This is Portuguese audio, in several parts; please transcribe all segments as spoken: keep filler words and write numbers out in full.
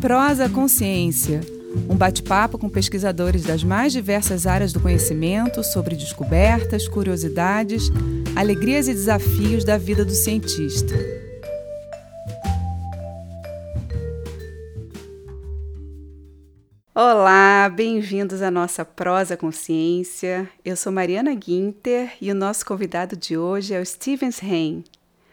Prosa Consciência, um bate-papo com pesquisadores das mais diversas áreas do conhecimento sobre descobertas, curiosidades, alegrias e desafios da vida do cientista. Olá, bem-vindos à nossa Prosa Consciência. Eu sou Mariana Guinter e o nosso convidado de hoje é o Stevens Hem.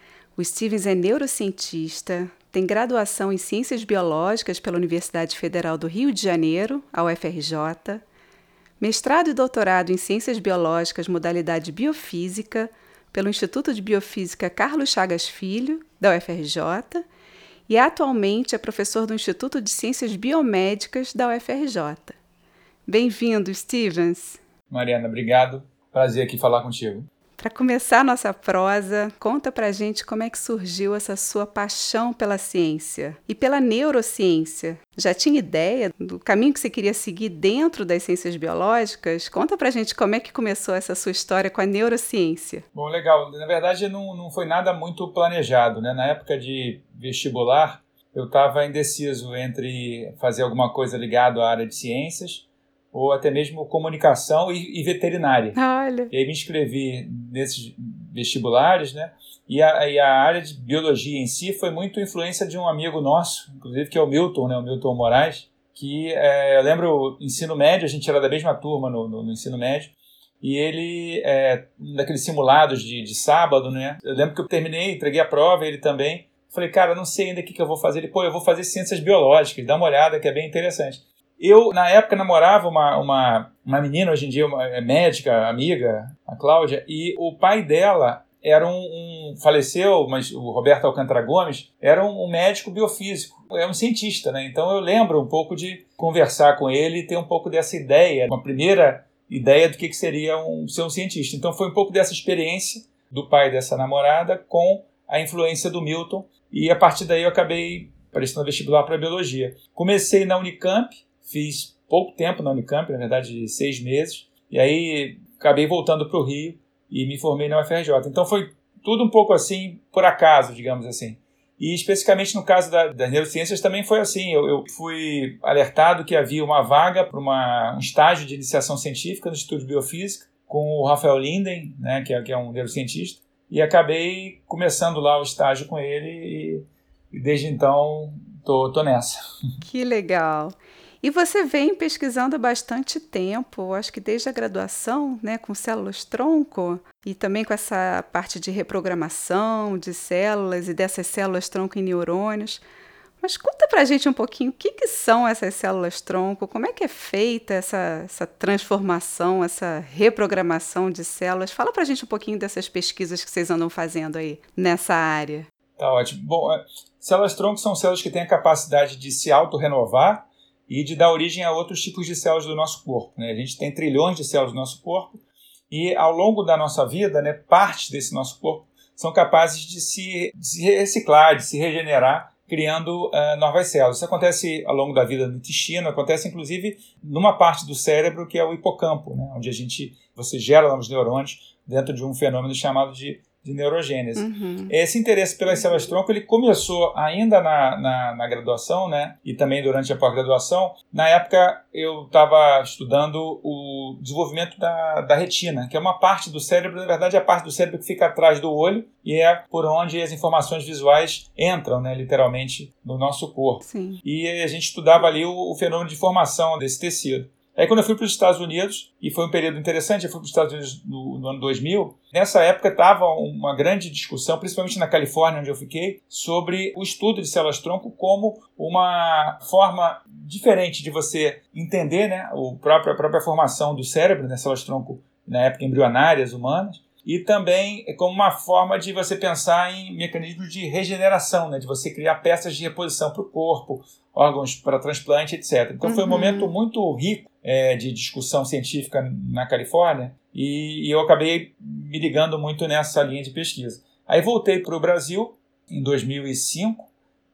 O Stevens é neurocientista, tem graduação em Ciências Biológicas pela Universidade Federal do Rio de Janeiro, a U F R J, mestrado e doutorado em Ciências Biológicas, modalidade Biofísica, pelo Instituto de Biofísica Carlos Chagas Filho, da U F R J, e atualmente é professor do Instituto de Ciências Biomédicas da U F R J. Bem-vindo, Stevens. Mariana, obrigado. Prazer aqui falar contigo. Para começar a nossa prosa, conta pra gente como é que surgiu essa sua paixão pela ciência e pela neurociência. Já tinha ideia do caminho que você queria seguir dentro das ciências biológicas? Conta pra gente como é que começou essa sua história com a neurociência. Bom, legal. Na verdade, não, não foi nada muito planejado, né? Na época de vestibular, eu estava indeciso entre fazer alguma coisa ligada à área de ciências ou até mesmo comunicação e, e veterinária. Olha. E aí me inscrevi nesses vestibulares, né? E a, e a área de biologia em si foi muito influência de um amigo nosso, inclusive, que é o Milton, né? O Milton Moraes, que é, eu lembro, ensino médio, a gente era da mesma turma no, no, no ensino médio, e ele, é, daqueles simulados de, de sábado, né? Eu lembro que eu terminei, entreguei a prova, ele também. Falei, cara, não sei ainda o que, que eu vou fazer. Ele, pô, eu vou fazer ciências biológicas, dá uma olhada que é bem interessante. Eu, na época, namorava uma, uma, uma menina, hoje em dia uma, é médica, amiga, a Cláudia, e o pai dela era um, um faleceu, mas o Roberto Alcântara Gomes era um, um médico biofísico, é um cientista, né? Então eu lembro um pouco de conversar com ele e ter um pouco dessa ideia, uma primeira ideia do que, que seria um, ser um cientista. Então foi um pouco dessa experiência do pai dessa namorada com a influência do Milton, e a partir daí eu acabei prestando vestibular para biologia. Comecei na Unicamp, fiz pouco tempo na Unicamp, na verdade seis meses, e aí acabei voltando para o Rio e me formei na U F R J. Então foi tudo um pouco assim, por acaso, digamos assim. E especificamente no caso da, das neurociências também foi assim, eu, eu fui alertado que havia uma vaga para uma, um estágio de iniciação científica no Instituto de Biofísica com o Rafael Linden, né, que, é, que é um neurocientista, e acabei começando lá o estágio com ele e, e desde então tô, tô nessa. Que legal! E você vem pesquisando há bastante tempo, acho que desde a graduação, né, com células-tronco, e também com essa parte de reprogramação de células e dessas células-tronco em neurônios. Mas conta pra gente um pouquinho o que, que são essas células-tronco, como é que é feita essa, essa transformação, essa reprogramação de células. Fala pra gente um pouquinho dessas pesquisas que vocês andam fazendo aí nessa área. Tá ótimo. Bom, células-tronco são células que têm a capacidade de se autorrenovar e de dar origem a outros tipos de células do nosso corpo, né? A gente tem trilhões de células no nosso corpo e, ao longo da nossa vida, né, partes desse nosso corpo são capazes de se, de se reciclar, de se regenerar, criando uh, novas células. Isso acontece ao longo da vida no intestino, acontece, inclusive, numa parte do cérebro que é o hipocampo, né, onde a gente, você gera novos neurônios dentro de um fenômeno chamado de de neurogênese. Uhum. Esse interesse pelas células-tronco ele começou ainda na, na, na graduação, né? E também durante a pós-graduação. Na época, eu estava estudando o desenvolvimento da, da retina, que é uma parte do cérebro, na verdade, é a parte do cérebro que fica atrás do olho e é por onde as informações visuais entram, né, literalmente, no nosso corpo. Sim. E a gente estudava ali o, o fenômeno de formação desse tecido. Aí quando eu fui para os Estados Unidos, e foi um período interessante, eu fui para os Estados Unidos no, no ano dois mil, nessa época estava uma grande discussão, principalmente na Califórnia, onde eu fiquei, sobre o estudo de células-tronco como uma forma diferente de você entender, né, o próprio, a própria formação do cérebro, né, células-tronco, na época embrionárias humanas, e também como uma forma de você pensar em mecanismos de regeneração, né, de você criar peças de reposição para o corpo, órgãos para transplante, etcétera. Então, uhum. foi um momento muito rico é, de discussão científica na Califórnia e, e eu acabei me ligando muito nessa linha de pesquisa. Aí voltei para o Brasil em dois mil e cinco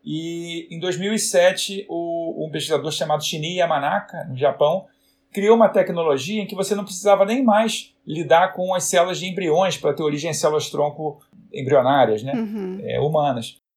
e em dois mil e sete o, um pesquisador chamado Shinya Yamanaka, no Japão, criou uma tecnologia em que você não precisava nem mais lidar com as células de embriões para ter origem em células-tronco embrionárias, né? Uhum. é, humanas.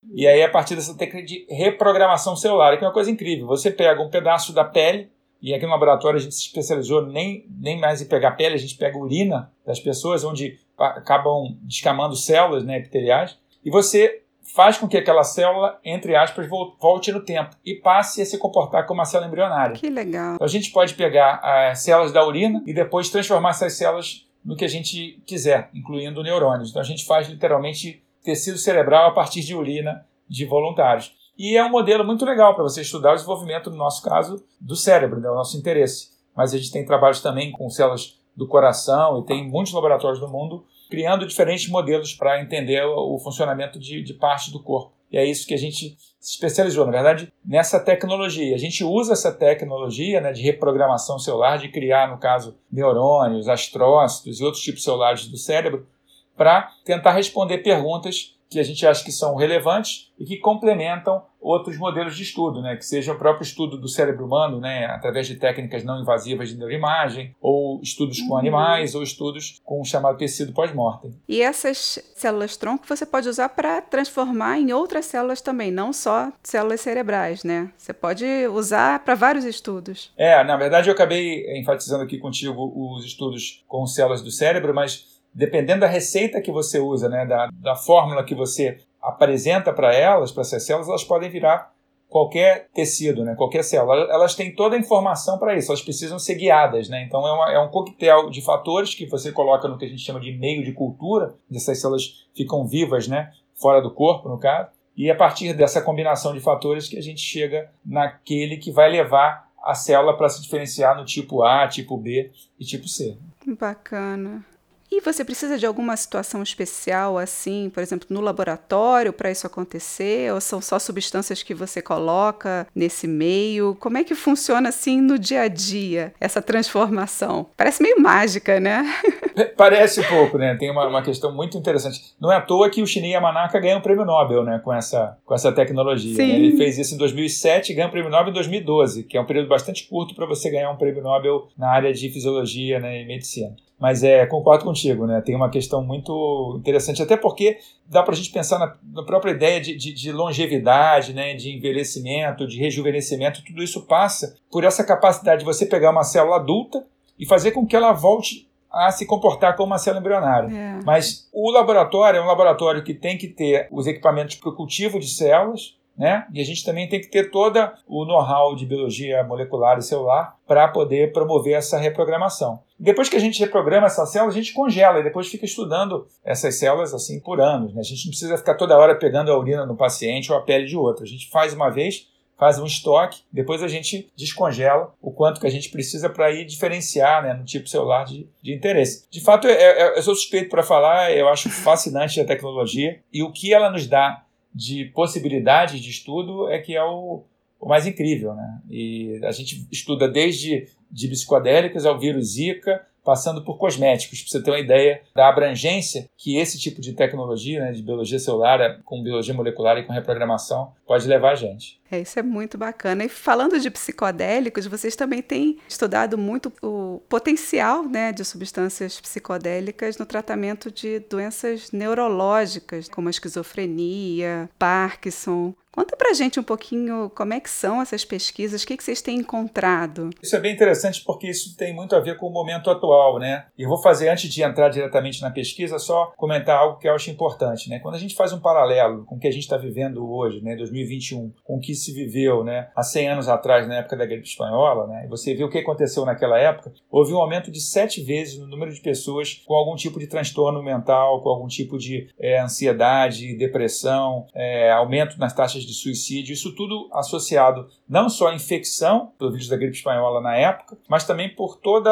E aí, a partir dessa técnica de reprogramação celular, que é uma coisa incrível. Você pega um pedaço da pele, e aqui no laboratório a gente se especializou nem, nem mais em pegar pele, a gente pega a urina das pessoas, onde acabam descamando células, né, epiteliais, e você faz com que aquela célula, entre aspas, volte no tempo e passe a se comportar como uma célula embrionária. Que legal. Então, a gente pode pegar as células da urina e depois transformar essas células no que a gente quiser, incluindo neurônios. Então, a gente faz literalmente tecido cerebral a partir de urina de voluntários. E é um modelo muito legal para você estudar o desenvolvimento, no nosso caso, do cérebro, né, o nosso interesse. Mas a gente tem trabalhos também com células do coração e tem muitos laboratórios do mundo criando diferentes modelos para entender o funcionamento de, de parte do corpo. E é isso que a gente se especializou, na verdade, nessa tecnologia. A gente usa essa tecnologia, né, de reprogramação celular, de criar, no caso, neurônios, astrócitos e outros tipos celulares do cérebro, para tentar responder perguntas que a gente acha que são relevantes e que complementam outros modelos de estudo, né? Que seja o próprio estudo do cérebro humano, né? Através de técnicas não invasivas de neuroimagem, ou estudos com uhum. animais, ou estudos com o chamado tecido pós-mortem. E essas células-tronco você pode usar para transformar em outras células também, não só células cerebrais, né? Você pode usar para vários estudos. É, na verdade eu acabei enfatizando aqui contigo os estudos com células do cérebro, mas dependendo da receita que você usa, né, da, da fórmula que você apresenta para elas, para essas células, elas podem virar qualquer tecido, né, qualquer célula. Elas têm toda a informação para isso, elas precisam ser guiadas, né? Então é, uma, é um coquetel de fatores que você coloca no que a gente chama de meio de cultura, essas células ficam vivas, né, fora do corpo, no caso, e é a partir dessa combinação de fatores que a gente chega naquele que vai levar a célula para se diferenciar no tipo A, tipo B e tipo C. Bacana. E você precisa de alguma situação especial, assim, por exemplo, no laboratório para isso acontecer? Ou são só substâncias que você coloca nesse meio? Como é que funciona, assim, no dia a dia, essa transformação? Parece meio mágica, né? Parece um pouco, né? Tem uma, uma questão muito interessante. Não é à toa que o Shinya Yamanaka ganhou um prêmio Nobel, né, com essa, com essa tecnologia. Né? Ele fez isso em dois mil e sete e ganhou um prêmio Nobel em dois mil e doze, que é um período bastante curto para você ganhar um prêmio Nobel na área de fisiologia, né, e medicina. Mas é, concordo contigo, né? Tem uma questão muito interessante, até porque dá para a gente pensar na, na própria ideia de, de, de longevidade, né? De envelhecimento, de rejuvenescimento, tudo isso passa por essa capacidade de você pegar uma célula adulta e fazer com que ela volte a se comportar como uma célula embrionária. É. Mas o laboratório é um laboratório que tem que ter os equipamentos para o cultivo de células, né? E a gente também tem que ter todo o know-how de biologia molecular e celular para poder promover essa reprogramação. Depois que a gente reprograma essa célula, a gente congela e depois fica estudando essas células assim por anos, né? A gente não precisa ficar toda hora pegando a urina no paciente ou a pele de outro. A gente faz uma vez, faz um estoque, depois a gente descongela o quanto que a gente precisa para ir diferenciar, né, no tipo celular de, de interesse. De fato, eu, eu, eu sou suspeito para falar, eu acho fascinante a tecnologia e o que ela nos dá de possibilidade de estudo é que é o, o mais incrível, né? E a gente estuda desde de psicodélicos ao vírus Zika, passando por cosméticos, para você ter uma ideia da abrangência que esse tipo de tecnologia, né, de biologia celular, com biologia molecular e com reprogramação, pode levar a gente. É, isso é muito bacana. E falando de psicodélicos, vocês também têm estudado muito o potencial, né, de substâncias psicodélicas no tratamento de doenças neurológicas, como a esquizofrenia, Parkinson. Conta pra gente um pouquinho como é que são essas pesquisas, o que, que vocês têm encontrado. Isso é bem interessante porque isso tem muito a ver com o momento atual, né? E eu vou fazer, antes de entrar diretamente na pesquisa, só comentar algo que eu acho importante, né? Quando a gente faz um paralelo com o que a gente está vivendo hoje, né, dois mil e vinte e um, com o que se viveu, né, há cem anos atrás, na época da gripe espanhola, né, e você vê o que aconteceu naquela época, houve um aumento de sete vezes no número de pessoas com algum tipo de transtorno mental, com algum tipo de é, ansiedade, depressão, é, aumento nas taxas de suicídio, isso tudo associado não só à infecção pelo vírus da gripe espanhola na época, mas também por todo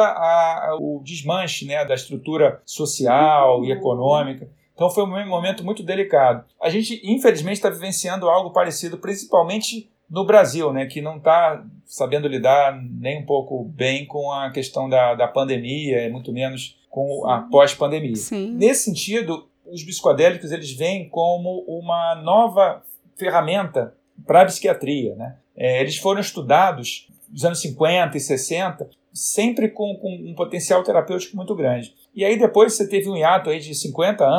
o desmanche, né, da estrutura social e econômica. Então foi um momento muito delicado. A gente, infelizmente, está vivenciando algo parecido, principalmente no Brasil, né, que não está sabendo lidar nem um pouco bem com a questão da, da pandemia, e muito menos com a pós-pandemia. Sim. Nesse sentido, os psicodélicos eles vêm como uma nova ferramenta para a psiquiatria, né? É, eles foram estudados nos anos cinquenta e sessenta, sempre com, com um potencial terapêutico muito grande. E aí depois você teve um hiato aí de cinquenta anos,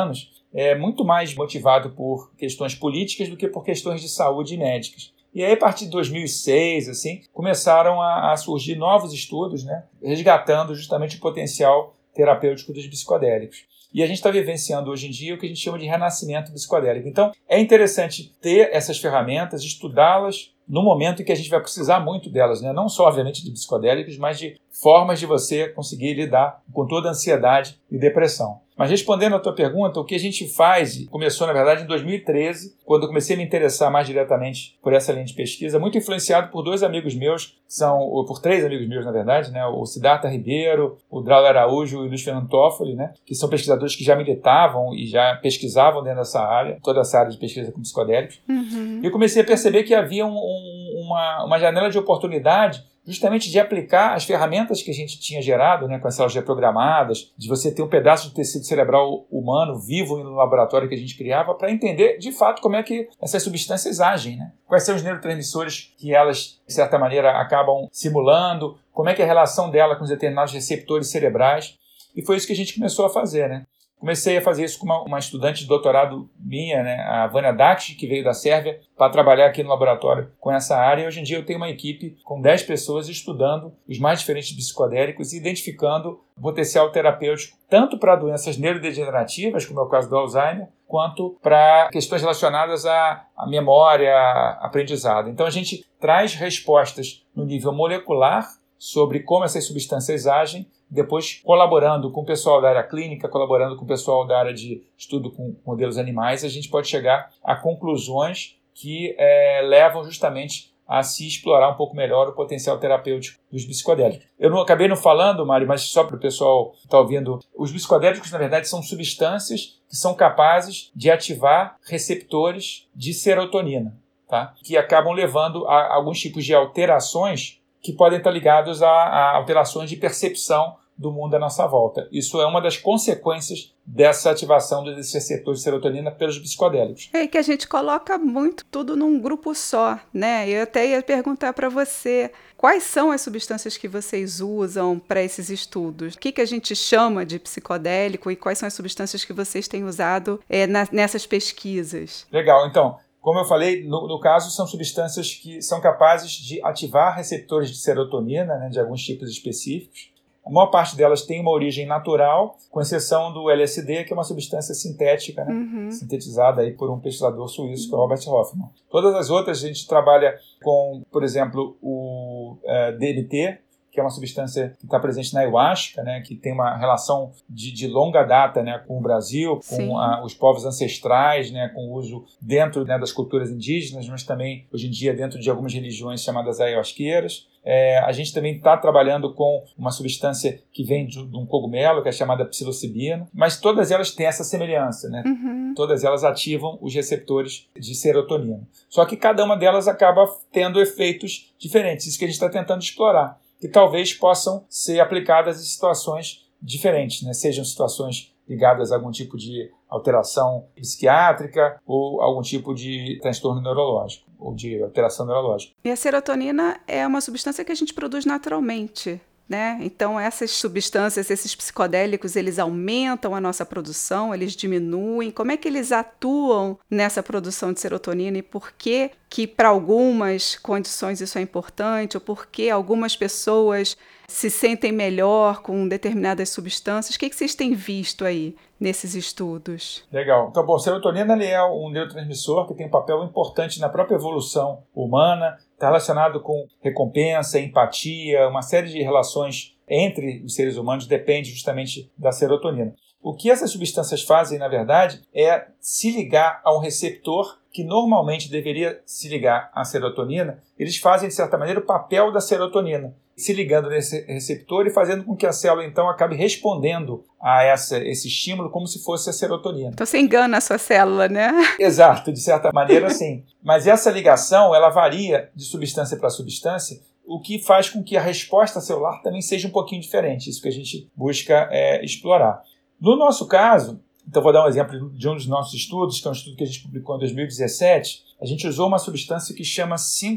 é muito mais motivado por questões políticas do que por questões de saúde e médicas. E aí, a partir de dois mil e seis, assim, começaram a, a surgir novos estudos, né, resgatando justamente o potencial terapêutico dos psicodélicos. E a gente está vivenciando hoje em dia o que a gente chama de renascimento psicodélico. Então, é interessante ter essas ferramentas, estudá-las no momento em que a gente vai precisar muito delas, né? Não só, obviamente, de psicodélicos, mas de formas de você conseguir lidar com toda a ansiedade e depressão. Mas respondendo à tua pergunta, o que a gente faz, começou na verdade em dois mil e treze, quando eu comecei a me interessar mais diretamente por essa linha de pesquisa, muito influenciado por dois amigos meus, são, ou por três amigos meus na verdade, né? O Siddhartha Ribeiro, o Draulio Araújo e o Luiz Fernando Toffoli, né? Que são pesquisadores que já militavam e já pesquisavam dentro dessa área, toda essa área de pesquisa com psicodélicos. Uhum. E eu comecei a perceber que havia um, um, uma, uma janela de oportunidade justamente de aplicar as ferramentas que a gente tinha gerado, né, com as células reprogramadas, de você ter um pedaço de tecido cerebral humano vivo no laboratório que a gente criava, para entender, de fato, como é que essas substâncias agem, né? Quais são os neurotransmissores que elas, de certa maneira, acabam simulando, como é que é a relação dela com os determinados receptores cerebrais. E foi isso que a gente começou a fazer, né? Comecei a fazer isso com uma, uma estudante de doutorado minha, né, a Vânia Dakshi, que veio da Sérvia, para trabalhar aqui no laboratório com essa área. E hoje em dia eu tenho uma equipe com dez pessoas estudando os mais diferentes psicodélicos e identificando o potencial terapêutico tanto para doenças neurodegenerativas, como é o caso do Alzheimer, quanto para questões relacionadas à, à memória, à aprendizado. Então a gente traz respostas no nível molecular sobre como essas substâncias agem, depois colaborando com o pessoal da área clínica, colaborando com o pessoal da área de estudo com modelos animais, a gente pode chegar a conclusões que é, levam justamente a se explorar um pouco melhor o potencial terapêutico dos psicodélicos. Eu não acabei não falando, Mari, mas só para o pessoal que está ouvindo, os psicodélicos, na verdade, são substâncias que são capazes de ativar receptores de serotonina, tá? Que acabam levando a alguns tipos de alterações que podem estar ligados a, a alterações de percepção do mundo à nossa volta. Isso é uma das consequências dessa ativação desses receptores de serotonina pelos psicodélicos. É que a gente coloca muito tudo num grupo só, né? Eu até ia perguntar para você, quais são as substâncias que vocês usam para esses estudos? O que, que a gente chama de psicodélico e quais são as substâncias que vocês têm usado é, na, nessas pesquisas? Legal, então... Como eu falei, no, no caso, são substâncias que são capazes de ativar receptores de serotonina, né, de alguns tipos específicos. A maior parte delas tem uma origem natural, com exceção do L S D, que é uma substância sintética, né, uhum. sintetizada aí por um pesquisador suíço, que é o Robert Hoffman. Todas as outras a gente trabalha com, por exemplo, o uh, D M T, que é uma substância que está presente na ayahuasca, né, que tem uma relação de, de longa data, né, com o Brasil, Sim. com a, os povos ancestrais, né, com o uso dentro, né, das culturas indígenas, mas também, hoje em dia, dentro de algumas religiões chamadas ayahuasqueiras. É, a gente também está trabalhando com uma substância que vem de, de um cogumelo, que é chamada psilocibina, mas todas elas têm essa semelhança, né? Uhum. Todas elas ativam os receptores de serotonina. Só que cada uma delas acaba tendo efeitos diferentes, isso que a gente está tentando explorar, que talvez possam ser aplicadas em situações diferentes, né? Sejam situações ligadas a algum tipo de alteração psiquiátrica ou algum tipo de transtorno neurológico ou de alteração neurológica. E a serotonina é uma substância que a gente produz naturalmente, né? Então essas substâncias, esses psicodélicos, eles aumentam a nossa produção, eles diminuem. Como é que eles atuam nessa produção de serotonina e por que que para algumas condições isso é importante ou por que algumas pessoas se sentem melhor com determinadas substâncias? O que, que vocês têm visto aí nesses estudos? Legal. Então, bom, serotonina ele é um neurotransmissor que tem um papel importante na própria evolução humana, está relacionado com recompensa, empatia, uma série de relações entre os seres humanos depende justamente da serotonina. O que essas substâncias fazem, na verdade, é se ligar a um receptor que normalmente deveria se ligar à serotonina. Eles fazem, de certa maneira, o papel da serotonina, se ligando nesse receptor e fazendo com que a célula, então, acabe respondendo a essa, esse estímulo como se fosse a serotonina. Então você engana a sua célula, né? Exato, de certa maneira, sim. Mas essa ligação, ela varia de substância para substância, o que faz com que a resposta celular também seja um pouquinho diferente. Isso que a gente busca é, explorar. No nosso caso, então vou dar um exemplo de um dos nossos estudos, que é um estudo que a gente publicou em dois mil e dezessete, a gente usou uma substância que chama cinco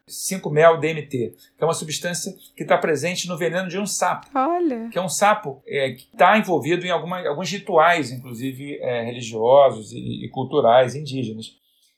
cinco mel D M T, que é uma substância que está presente no veneno de um sapo. Olha! Que é um sapo é, que está envolvido em alguma, alguns rituais, inclusive é, religiosos e, e culturais indígenas.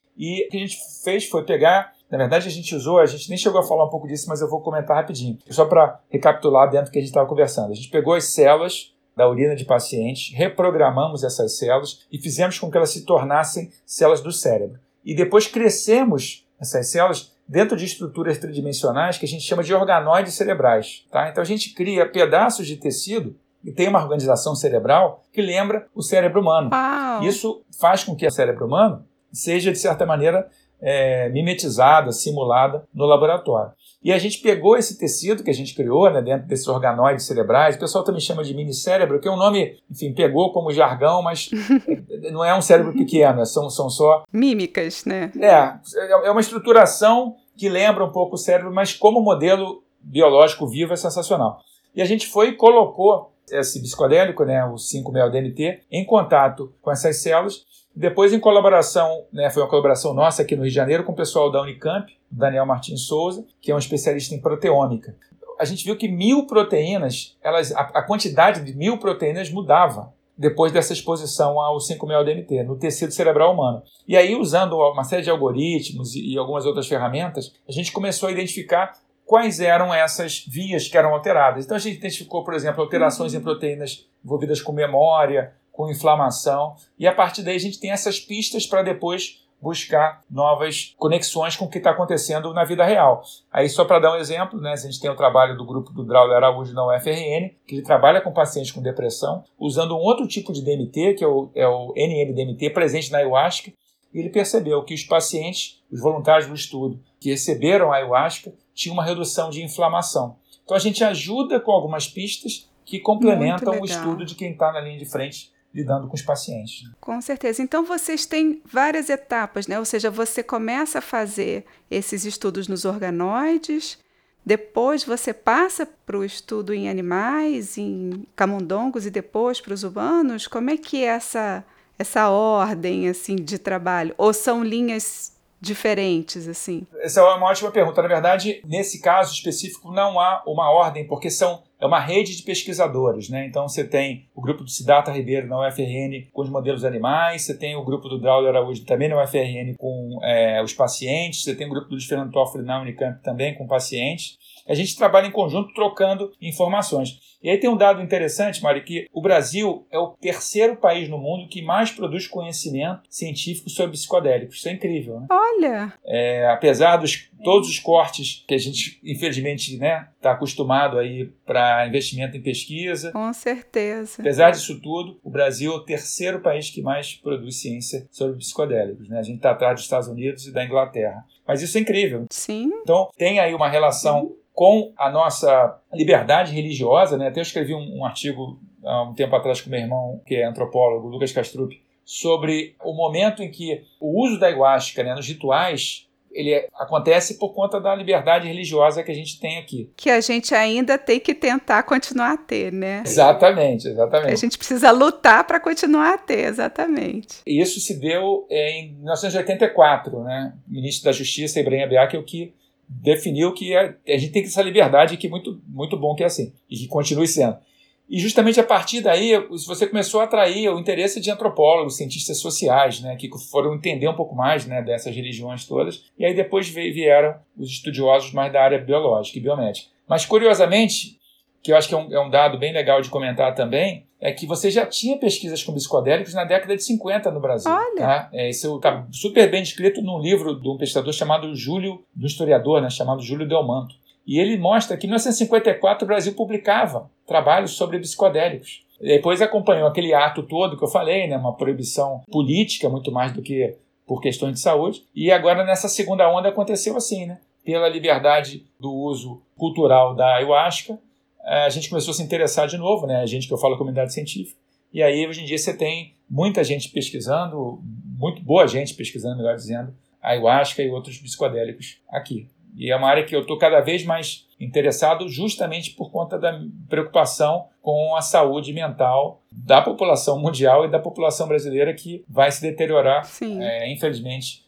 E o que a gente fez foi pegar, na verdade a gente usou, a gente nem chegou a falar um pouco disso, mas eu vou comentar rapidinho, só para recapitular dentro do que a gente estava conversando. A gente pegou as células da urina de pacientes, reprogramamos essas células e fizemos com que elas se tornassem células do cérebro. E depois crescemos essas células dentro de estruturas tridimensionais que a gente chama de organoides cerebrais. Tá? Então a gente cria pedaços de tecido e tem uma organização cerebral que lembra o cérebro humano. Uau. Isso faz com que o cérebro humano seja, de certa maneira, é, mimetizada, simulada no laboratório. E a gente pegou esse tecido que a gente criou, né, dentro desses organoides cerebrais, o pessoal também chama de minicérebro, que é um nome, enfim, pegou como jargão, mas não é um cérebro pequeno, são, são só... mímicas, né? É, é uma estruturação que lembra um pouco o cérebro, mas como modelo biológico vivo é sensacional. E a gente foi e colocou esse psicodélico, né, o cinco mel D M T, em contato com essas células. Depois, em colaboração, né, foi uma colaboração nossa aqui no Rio de Janeiro com o pessoal da Unicamp, Daniel Martins Souza, que é um especialista em proteômica. A gente viu que mil proteínas, elas, a, a quantidade de mil proteínas mudava depois dessa exposição ao cinco mel D M T, no tecido cerebral humano. E aí, usando uma série de algoritmos e, e algumas outras ferramentas, a gente começou a identificar quais eram essas vias que eram alteradas. Então, a gente identificou, por exemplo, alterações em proteínas envolvidas com memória, com inflamação, e a partir daí a gente tem essas pistas para depois buscar novas conexões com o que está acontecendo na vida real. Aí, só para dar um exemplo, né, a gente tem o trabalho do grupo do Draulio Araújo na U F R N, que ele trabalha com pacientes com depressão, usando um outro tipo de D M T, que é o, é o N N D M T, presente na ayahuasca, e ele percebeu que os pacientes, os voluntários do estudo, que receberam a ayahuasca, tinham uma redução de inflamação. Então, a gente ajuda com algumas pistas que complementam o estudo de quem está na linha de frente lidando com os pacientes. Com certeza. Então, vocês têm várias etapas, né? Ou seja, você começa a fazer esses estudos nos organoides, depois você passa para o estudo em animais, em camundongos e depois para os humanos. Como é que é essa, essa ordem assim, de trabalho? Ou são linhas diferentes, assim? Essa é uma ótima pergunta. Na verdade, nesse caso específico, não há uma ordem, porque são, é uma rede de pesquisadores, né? Então, você tem o grupo do Siddhartha Ribeiro na U F R N com os modelos animais, você tem o grupo do Draulio Araújo também na U F R N com é, os pacientes, você tem o grupo do Luiz Fernando Toffoli na Unicamp também com pacientes. A gente trabalha em conjunto trocando informações. E aí tem um dado interessante, Mari, que o Brasil é o terceiro país no mundo que mais produz conhecimento científico sobre psicodélicos. Isso é incrível, né? Olha! É, apesar de todos os cortes que a gente, infelizmente, né, está acostumado aí para investimento em pesquisa. Com certeza. Apesar disso tudo, o Brasil é o terceiro país que mais produz ciência sobre psicodélicos, né? A gente está atrás dos Estados Unidos e da Inglaterra. Mas isso é incrível. Sim. Então, tem aí uma relação com a nossa liberdade religiosa, né? Até eu escrevi um, um artigo há um tempo atrás com meu irmão, que é antropólogo, Lucas Castrup, sobre o momento em que o uso da ayahuasca, né, nos rituais, ele é, acontece por conta da liberdade religiosa que a gente tem aqui. Que a gente ainda tem que tentar continuar a ter, né? Exatamente, exatamente. Que a gente precisa lutar para continuar a ter, exatamente. E isso se deu em mil novecentos e oitenta e quatro, né? O ministro da Justiça, Ibrahim Abiak, é o que definiu que a, a gente tem essa liberdade, que é muito, muito bom que é assim, e que continue sendo. E justamente a partir daí, você começou a atrair o interesse de antropólogos, cientistas sociais, né, que foram entender um pouco mais, né, dessas religiões todas, e aí depois vieram os estudiosos mais da área biológica e biomédica. Mas, curiosamente, que eu acho que é um, é um dado bem legal de comentar também, é que você já tinha pesquisas com psicodélicos na década de cinquenta no Brasil. Olha! Tá? É, isso está super bem descrito num livro de um pesquisador chamado Júlio, do historiador, né, chamado Júlio Delmanto. E ele mostra que em mil novecentos e cinquenta e quatro o Brasil publicava trabalhos sobre psicodélicos. Depois acompanhou aquele ato todo que eu falei, né, uma proibição política muito mais do que por questões de saúde. E agora nessa segunda onda aconteceu assim, né? Pela liberdade do uso cultural da ayahuasca, a gente começou a se interessar de novo, né? A gente que eu falo comunidade científica. E aí hoje em dia você tem muita gente pesquisando, muito boa gente pesquisando, melhor dizendo, ayahuasca e outros psicodélicos aqui. E é uma área que eu estou cada vez mais interessado justamente por conta da preocupação com a saúde mental da população mundial e da população brasileira, que vai se deteriorar, é, infelizmente,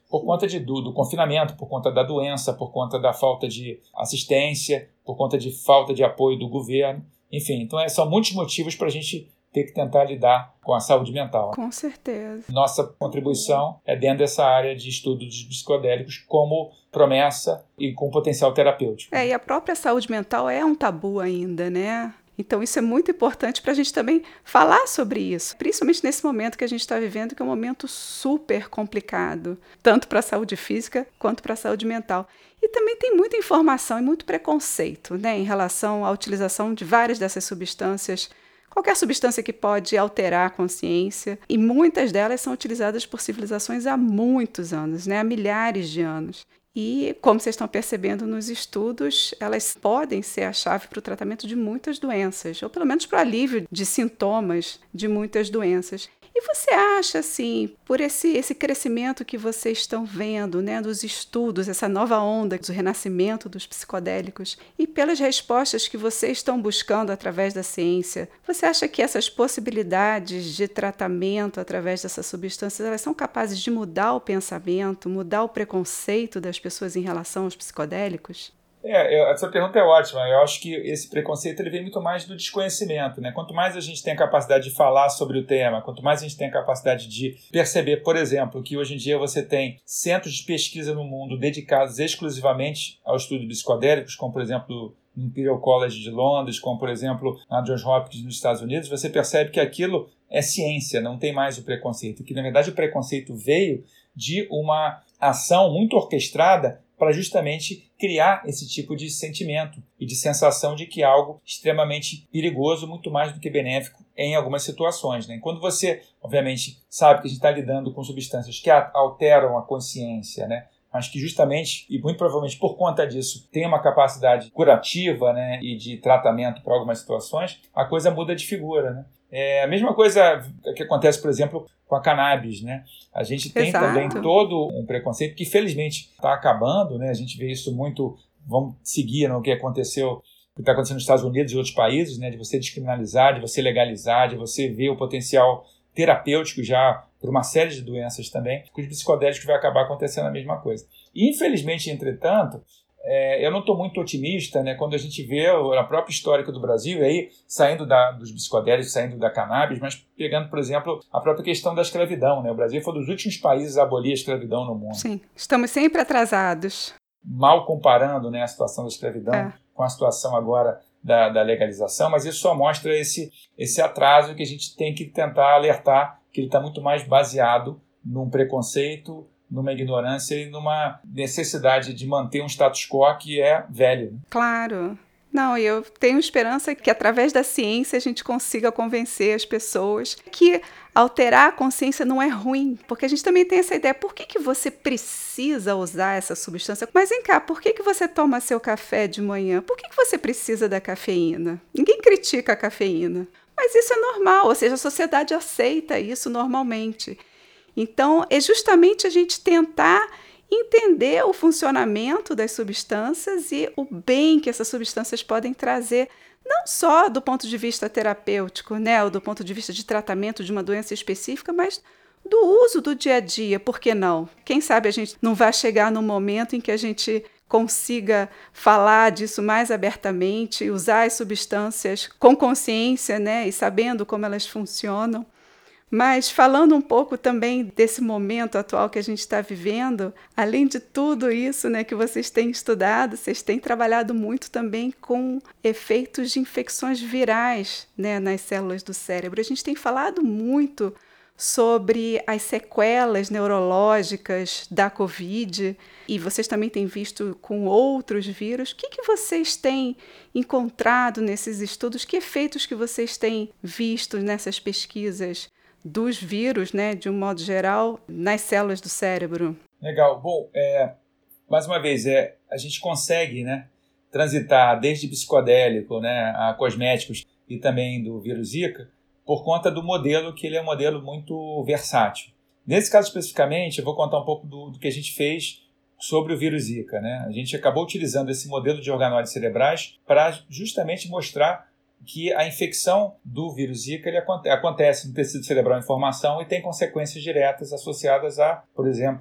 por conta de, do, do confinamento, por conta da doença, por conta da falta de assistência, por conta de falta de apoio do governo. Enfim, então é, são muitos motivos para a gente ter que tentar lidar com a saúde mental. Com certeza. Nossa contribuição é dentro dessa área de estudo dos psicodélicos como promessa e com potencial terapêutico. É, e a própria saúde mental é um tabu ainda, né? Então isso é muito importante para a gente também falar sobre isso, principalmente nesse momento que a gente está vivendo, que é um momento super complicado, tanto para a saúde física quanto para a saúde mental. E também tem muita informação e muito preconceito, né, em relação à utilização de várias dessas substâncias, qualquer substância que pode alterar a consciência, e muitas delas são utilizadas por civilizações há muitos anos, né, há milhares de anos. E, como vocês estão percebendo nos estudos, elas podem ser a chave para o tratamento de muitas doenças, ou pelo menos para o alívio de sintomas de muitas doenças. E você acha, assim, por esse, esse crescimento que vocês estão vendo, né, dos estudos, essa nova onda do renascimento dos psicodélicos, e pelas respostas que vocês estão buscando através da ciência, você acha que essas possibilidades de tratamento através dessas substâncias, elas são capazes de mudar o pensamento, mudar o preconceito das pessoas em relação aos psicodélicos? É, eu, essa pergunta é ótima. Eu acho que esse preconceito ele vem muito mais do desconhecimento, né? Quanto mais a gente tem a capacidade de falar sobre o tema, quanto mais a gente tem a capacidade de perceber, por exemplo, que hoje em dia você tem centros de pesquisa no mundo dedicados exclusivamente ao estudo de psicodélicos, como, por exemplo, no Imperial College de Londres, como, por exemplo, na Johns Hopkins nos Estados Unidos, você percebe que aquilo é ciência, não tem mais o preconceito. Que, na verdade, o preconceito veio de uma ação muito orquestrada para justamente criar esse tipo de sentimento e de sensação de que algo extremamente perigoso, muito mais do que benéfico em algumas situações, né? Quando você, obviamente, sabe que a gente está lidando com substâncias que alteram a consciência, né? Mas que justamente, e muito provavelmente por conta disso, tem uma capacidade curativa, né, e de tratamento para algumas situações, a coisa muda de figura, né? É a mesma coisa que acontece, por exemplo, com a cannabis, né? A gente tem Exato. também todo um preconceito que, felizmente, está acabando, né? A gente vê isso muito, vamos seguir no que aconteceu, o que está acontecendo nos Estados Unidos e outros países, né? De você descriminalizar, de você legalizar, de você ver o potencial terapêutico já para uma série de doenças também, com os psicodélicos vai acabar acontecendo a mesma coisa. E, infelizmente, entretanto, É, eu não estou muito otimista, né, quando a gente vê a própria histórica do Brasil, e aí saindo da, dos psicodélicos, saindo da cannabis, mas pegando, por exemplo, a própria questão da escravidão, né? O Brasil foi um dos últimos países a abolir a escravidão no mundo. Sim, estamos sempre atrasados. Mal comparando, né, a situação da escravidão É. com a situação agora da, da legalização, mas isso só mostra esse, esse atraso que a gente tem que tentar alertar, que ele está muito mais baseado num preconceito, numa ignorância e numa necessidade de manter um status quo que é velho. Claro. Não, eu tenho esperança que através da ciência a gente consiga convencer as pessoas que alterar a consciência não é ruim, porque a gente também tem essa ideia, por que, que você precisa usar essa substância? Mas vem cá, por que, que você toma seu café de manhã? Por que, que você precisa da cafeína? Ninguém critica a cafeína, mas isso é normal, ou seja, a sociedade aceita isso normalmente. Então, é justamente a gente tentar entender o funcionamento das substâncias e o bem que essas substâncias podem trazer, não só do ponto de vista terapêutico, né, ou do ponto de vista de tratamento de uma doença específica, mas do uso do dia a dia, por que não? Quem sabe a gente não vai chegar num momento em que a gente consiga falar disso mais abertamente, usar as substâncias com consciência, né, e sabendo como elas funcionam. Mas falando um pouco também desse momento atual que a gente está vivendo, além de tudo isso, né, que vocês têm estudado, vocês têm trabalhado muito também com efeitos de infecções virais, né, nas células do cérebro. A gente tem falado muito sobre as sequelas neurológicas da Covid e vocês também têm visto com outros vírus. O que, que vocês têm encontrado nesses estudos? Que efeitos que vocês têm visto nessas pesquisas dos vírus, né, de um modo geral, nas células do cérebro? Legal. Bom, é, mais uma vez, é, a gente consegue, né, transitar desde psicodélico, né, a cosméticos e também do vírus Zika por conta do modelo, que ele é um modelo muito versátil. Nesse caso especificamente, eu vou contar um pouco do, do que a gente fez sobre o vírus Zika, né? A gente acabou utilizando esse modelo de organoides cerebrais para justamente mostrar que a infecção do vírus Zika ele acontece no tecido cerebral em formação e tem consequências diretas associadas a, por exemplo,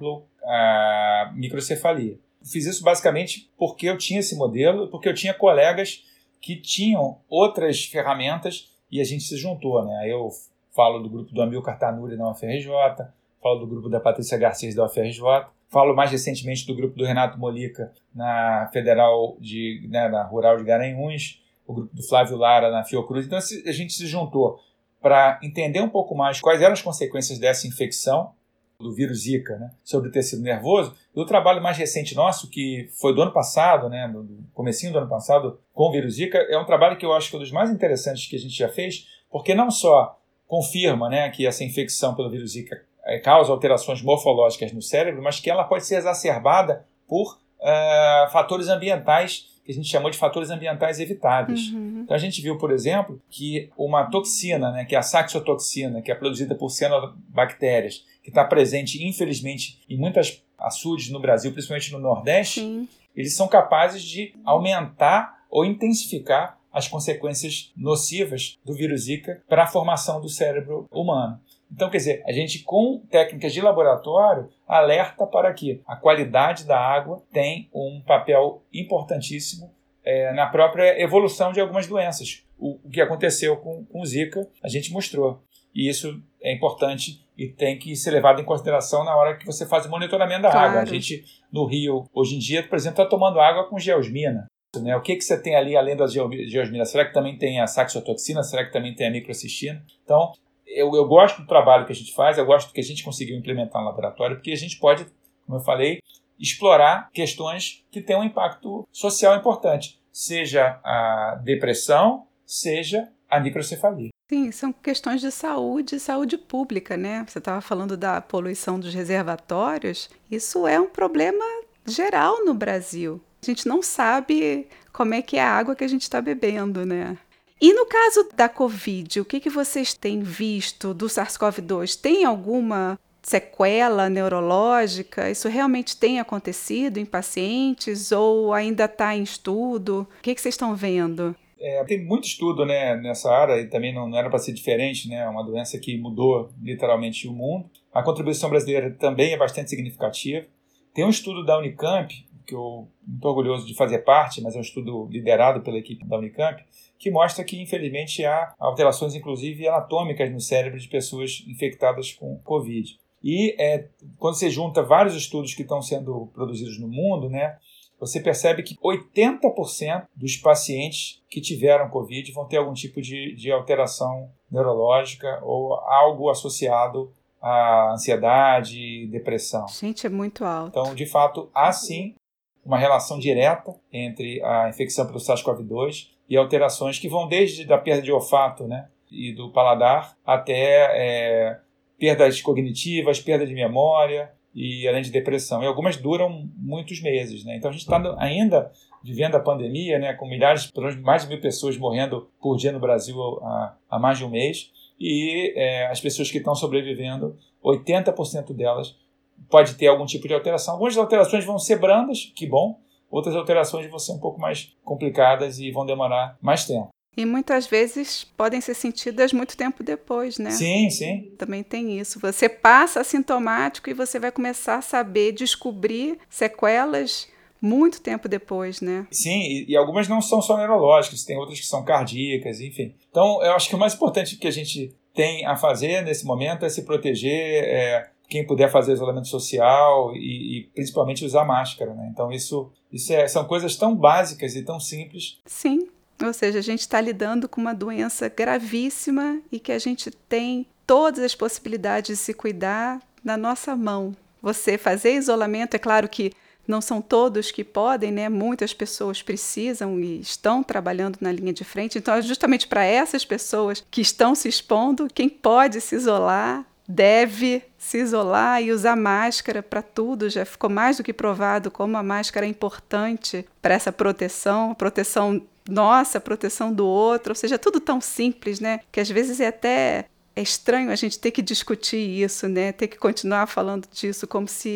a microcefalia. Fiz isso basicamente porque eu tinha esse modelo, porque eu tinha colegas que tinham outras ferramentas e a gente se juntou, né? Eu falo do grupo do Amilcar Tanuri na U F R J, falo do grupo da Patrícia Garcês da U F R J, falo mais recentemente do grupo do Renato Molica na Federal de, né, na Rural de Garanhuns, o grupo do Flávio Lara na Fiocruz. Então a gente se juntou para entender um pouco mais quais eram as consequências dessa infecção do vírus Zika, né, sobre o tecido nervoso. E o trabalho mais recente nosso, que foi do ano passado, né, no comecinho do ano passado, com o vírus Zika, é um trabalho que eu acho que é um dos mais interessantes que a gente já fez, porque não só confirma, né, que essa infecção pelo vírus Zika causa alterações morfológicas no cérebro, mas que ela pode ser exacerbada por uh, fatores ambientais, que a gente chamou de fatores ambientais evitáveis. Uhum. Então a gente viu, por exemplo, que uma toxina, né, que é a saxitoxina, que é produzida por cianobactérias, que está presente, infelizmente, em muitas açudes no Brasil, principalmente no Nordeste, Sim. eles são capazes de aumentar ou intensificar as consequências nocivas do vírus Zika para a formação do cérebro humano. Então, quer dizer, a gente, com técnicas de laboratório, alerta para que a qualidade da água tem um papel importantíssimo é, na própria evolução de algumas doenças. O, o que aconteceu com, com o Zika, a gente mostrou. E isso é importante e tem que ser levado em consideração na hora que você faz o monitoramento da claro. água. A gente, no Rio, hoje em dia, por exemplo, está tomando água com geosmina. Né? O que, que você tem ali além da geosmina? Será que também tem a saxitoxina? Será que também tem a microcistina? Então, Eu, eu gosto do trabalho que a gente faz, eu gosto do que a gente conseguiu implementar no laboratório, porque a gente pode, como eu falei, explorar questões que têm um impacto social importante, seja a depressão, seja a microcefalia. Sim, são questões de saúde, saúde pública, né? Você estava falando da poluição dos reservatórios, isso é um problema geral no Brasil. A gente não sabe como é que é a água que a gente está bebendo, né? E no caso da Covid, o que, que vocês têm visto do SARS-CoV dois? Tem alguma sequela neurológica? Isso realmente tem acontecido em pacientes ou ainda está em estudo? O que, que vocês estão vendo? É, tem muito estudo, né, nessa área e também não, não era para ser diferente, né, uma doença que mudou literalmente o mundo. A contribuição brasileira também é bastante significativa. Tem um estudo da Unicamp, que eu estou muito orgulhoso de fazer parte, mas é um estudo liderado pela equipe da Unicamp, que mostra que, infelizmente, há alterações, inclusive, anatômicas no cérebro de pessoas infectadas com Covid. E é, quando você junta vários estudos que estão sendo produzidos no mundo, né, você percebe que oitenta por cento dos pacientes que tiveram Covid vão ter algum tipo de, de alteração neurológica ou algo associado à ansiedade e depressão. Gente, é muito alto. Então, de fato, há sim uma relação direta entre a infecção pelo SARS-CoV dois e alterações que vão desde a perda de olfato, né, e do paladar até é, perdas cognitivas, perda de memória e além de depressão. E algumas duram muitos meses, né? Então a gente está ainda vivendo a pandemia, né, com milhares, pelo menos mais de mil pessoas morrendo por dia no Brasil há, há mais de um mês. E é, as pessoas que estão sobrevivendo, oitenta por cento delas pode ter algum tipo de alteração. Algumas alterações vão ser brandas, que bom. Outras alterações vão ser um pouco mais complicadas e vão demorar mais tempo. E muitas vezes podem ser sentidas muito tempo depois, né? Sim, sim. Também tem isso. Você passa assintomático e você vai começar a saber, descobrir sequelas muito tempo depois, né? Sim, e, e algumas não são só neurológicas, tem outras que são cardíacas, enfim. Então, eu acho que o mais importante que a gente tem a fazer nesse momento é se proteger, é, quem puder fazer isolamento social e, e principalmente usar máscara, né? Então, isso, isso é, são coisas tão básicas e tão simples. Sim. Ou seja, a gente está lidando com uma doença gravíssima e que a gente tem todas as possibilidades de se cuidar na nossa mão. Você fazer isolamento, é claro que não são todos que podem, né? Muitas pessoas precisam e estão trabalhando na linha de frente. Então, é justamente para essas pessoas que estão se expondo, quem pode se isolar, deve se isolar e usar máscara para tudo. Já ficou mais do que provado como a máscara é importante para essa proteção, proteção nossa, proteção do outro, ou seja, tudo tão simples, né? Que às vezes é até é estranho a gente ter que discutir isso, né? Ter que continuar falando disso como se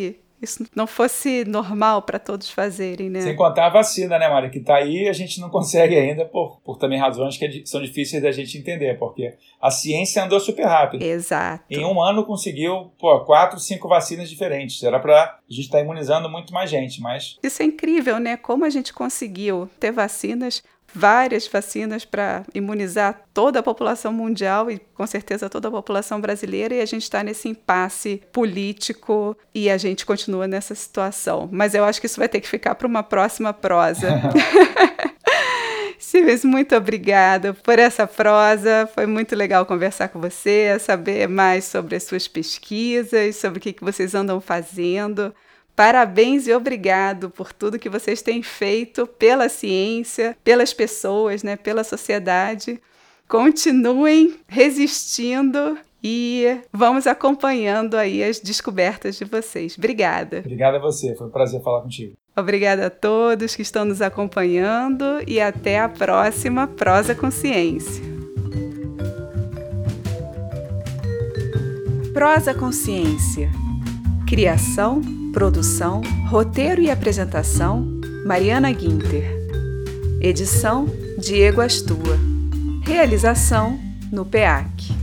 isso não fosse normal para todos fazerem, né? Sem contar a vacina, né, Mari? Que está aí e a gente não consegue ainda por, por também razões que são difíceis da gente entender, porque a ciência andou super rápido. Exato. Em um ano conseguiu, pô, quatro, cinco vacinas diferentes. Era para a gente estar tá imunizando muito mais gente, mas... Isso é incrível, né? Como a gente conseguiu ter vacinas, várias vacinas para imunizar toda a população mundial e com certeza toda a população brasileira, e a gente está nesse impasse político e a gente continua nessa situação. Mas eu acho que isso vai ter que ficar para uma próxima prosa. Stevens, muito obrigada por essa prosa, foi muito legal conversar com você, saber mais sobre as suas pesquisas, sobre o que, que vocês andam fazendo. Parabéns e obrigado por tudo que vocês têm feito pela ciência, pelas pessoas, né, pela sociedade. Continuem resistindo e vamos acompanhando aí as descobertas de vocês. Obrigada. Obrigado a você, foi um prazer falar contigo. Obrigada a todos que estão nos acompanhando e até a próxima Prosa com Ciência. Prosa com Ciência. Criação, produção, roteiro e apresentação, Mariana Guinter. Edição, Diego Astua. Realização, no P E A C.